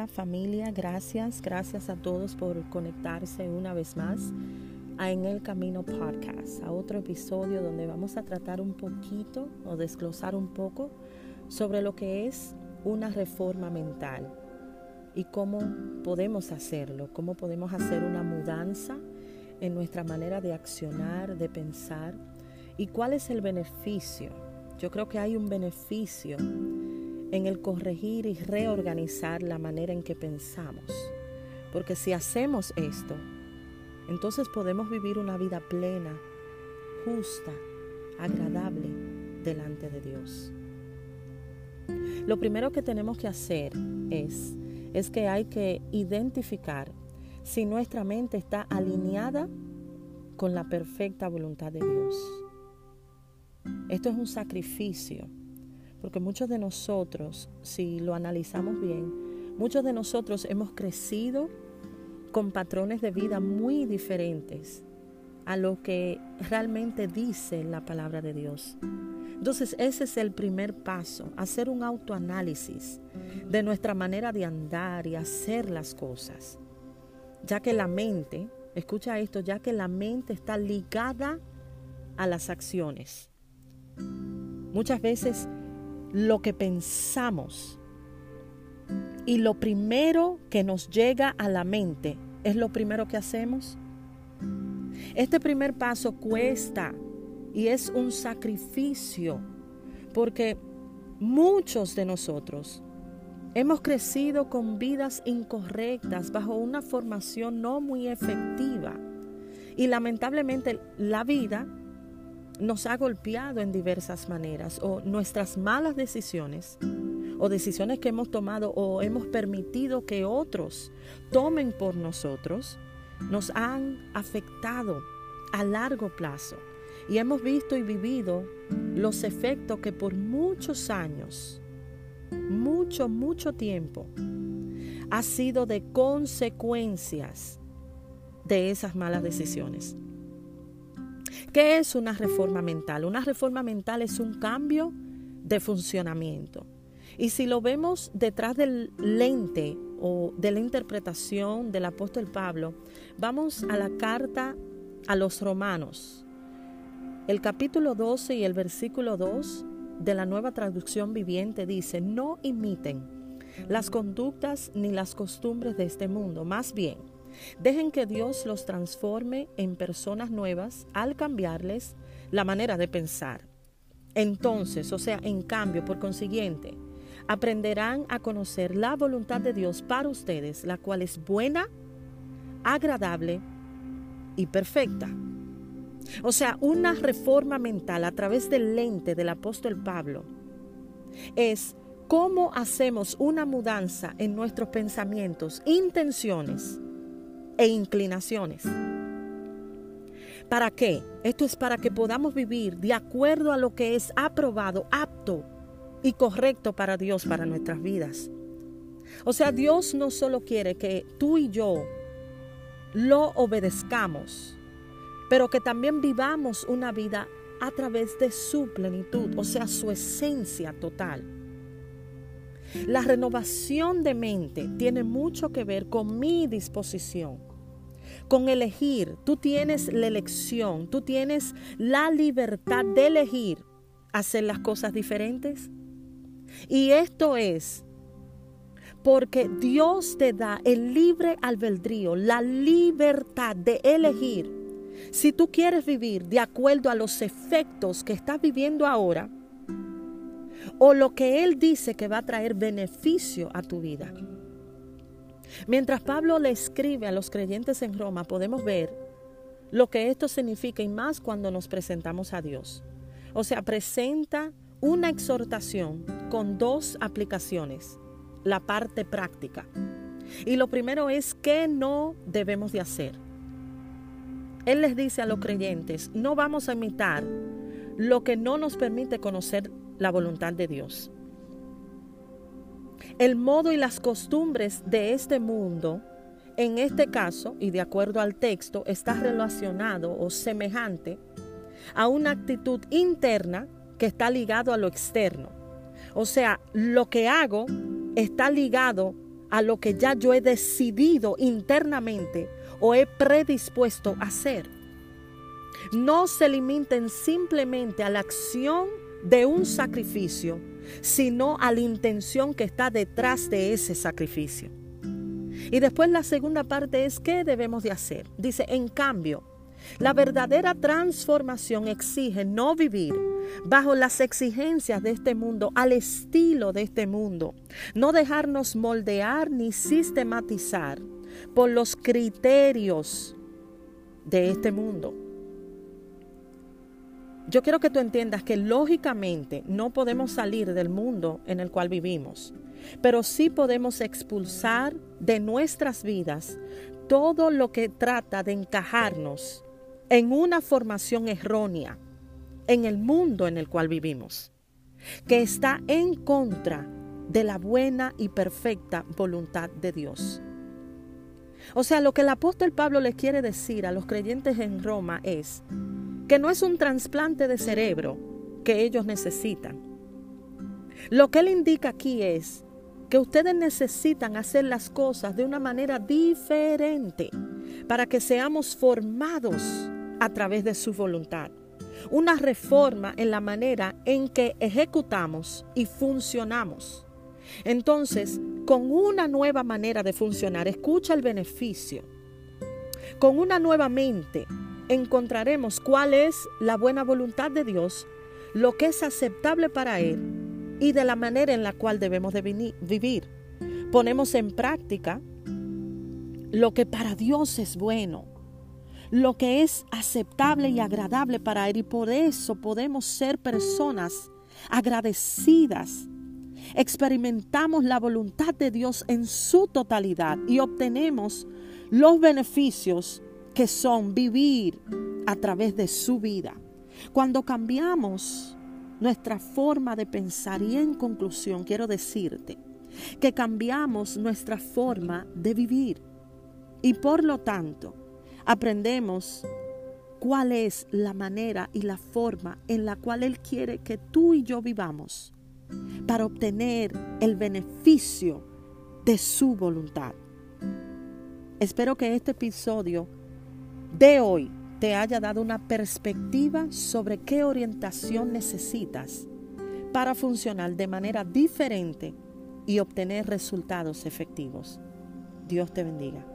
Hola familia, gracias a todos por conectarse una vez más a En el Camino Podcast, a otro episodio donde vamos a tratar un poquito o desglosar un poco sobre lo que es una reforma mental y cómo podemos hacerlo, cómo podemos hacer una mudanza en nuestra manera de accionar, de pensar y cuál es el beneficio. Yo creo que hay un beneficio en el corregir y reorganizar la manera en que pensamos. Porque si hacemos esto, entonces podemos vivir una vida plena, justa, agradable delante de Dios. Lo primero que tenemos que hacer es que hay que identificar si nuestra mente está alineada con la perfecta voluntad de Dios. Esto es un sacrificio. Porque muchos de nosotros, si lo analizamos bien, muchos de nosotros hemos crecido con patrones de vida muy diferentes a lo que realmente dice la palabra de Dios. Entonces ese es el primer paso, hacer un autoanálisis de nuestra manera de andar y hacer las cosas. Ya que la mente, escucha esto, ya que la mente está ligada a las acciones. Muchas veces lo que pensamos y lo primero que nos llega a la mente es lo primero que hacemos. Este primer paso cuesta y es un sacrificio porque muchos de nosotros hemos crecido con vidas incorrectas bajo una formación no muy efectiva y lamentablemente la vida nos ha golpeado en diversas maneras o nuestras malas decisiones o decisiones que hemos tomado o hemos permitido que otros tomen por nosotros nos han afectado a largo plazo y hemos visto y vivido los efectos que por muchos años, mucho tiempo ha sido de consecuencias de esas malas decisiones. ¿Qué es una reforma mental? Una reforma mental es un cambio de funcionamiento. Y si lo vemos detrás del lente o de la interpretación del apóstol Pablo, vamos a la carta a los Romanos. El capítulo 12 y el versículo 2 de la Nueva Traducción Viviente dice: no imiten las conductas ni las costumbres de este mundo, más bien, dejen que Dios los transforme en personas nuevas al cambiarles la manera de pensar. Entonces, en cambio, por consiguiente, aprenderán a conocer la voluntad de Dios para ustedes, la cual es buena, agradable y perfecta. Una reforma mental a través del lente del apóstol Pablo es cómo hacemos una mudanza en nuestros pensamientos, intenciones e inclinaciones. ¿Para qué? Esto es para que podamos vivir de acuerdo a lo que es aprobado, apto y correcto para Dios, para nuestras vidas. Dios no solo quiere que tú y yo lo obedezcamos, pero que también vivamos una vida a través de su plenitud, su esencia total. La renovación de mente tiene mucho que ver con mi disposición, con elegir. Tú tienes la elección, tú tienes la libertad de elegir hacer las cosas diferentes. Y esto es porque Dios te da el libre albedrío, la libertad de elegir si tú quieres vivir de acuerdo a los efectos que estás viviendo ahora o lo que Él dice que va a traer beneficio a tu vida. Mientras Pablo le escribe a los creyentes en Roma, podemos ver lo que esto significa y más cuando nos presentamos a Dios. Presenta una exhortación con dos aplicaciones, la parte práctica. Y lo primero es qué no debemos de hacer. Él les dice a los creyentes, no vamos a imitar lo que no nos permite conocer la voluntad de Dios. El modo y las costumbres de este mundo, en este caso, y de acuerdo al texto, está relacionado o semejante a una actitud interna que está ligado a lo externo. Lo que hago está ligado a lo que ya yo he decidido internamente o he predispuesto a hacer. No se limiten simplemente a la acción de un sacrificio, sino a la intención que está detrás de ese sacrificio. Y después la segunda parte es ¿qué debemos de hacer? Dice, en cambio, la verdadera transformación exige no vivir bajo las exigencias de este mundo, al estilo de este mundo, no dejarnos moldear ni sistematizar por los criterios de este mundo. Yo quiero que tú entiendas que lógicamente no podemos salir del mundo en el cual vivimos, pero sí podemos expulsar de nuestras vidas todo lo que trata de encajarnos en una formación errónea en el mundo en el cual vivimos, que está en contra de la buena y perfecta voluntad de Dios. O sea, lo que el apóstol Pablo les quiere decir a los creyentes en Roma es que no es un trasplante de cerebro que ellos necesitan. Lo que él indica aquí es que ustedes necesitan hacer las cosas de una manera diferente para que seamos formados a través de su voluntad. Una reforma en la manera en que ejecutamos y funcionamos. Entonces, con una nueva manera de funcionar, escucha el beneficio. Con una nueva mente encontraremos cuál es la buena voluntad de Dios, lo que es aceptable para Él y de la manera en la cual debemos de vivir. Ponemos en práctica lo que para Dios es bueno, lo que es aceptable y agradable para Él, y por eso podemos ser personas agradecidas. Experimentamos la voluntad de Dios en su totalidad y obtenemos los beneficios que son vivir a través de su vida. Cuando cambiamos nuestra forma de pensar, y en conclusión quiero decirte que cambiamos nuestra forma de vivir y por lo tanto aprendemos cuál es la manera y la forma en la cual Él quiere que tú y yo vivamos para obtener el beneficio de su voluntad. Espero que este episodio de hoy te haya dado una perspectiva sobre qué orientación necesitas para funcionar de manera diferente y obtener resultados efectivos. Dios te bendiga.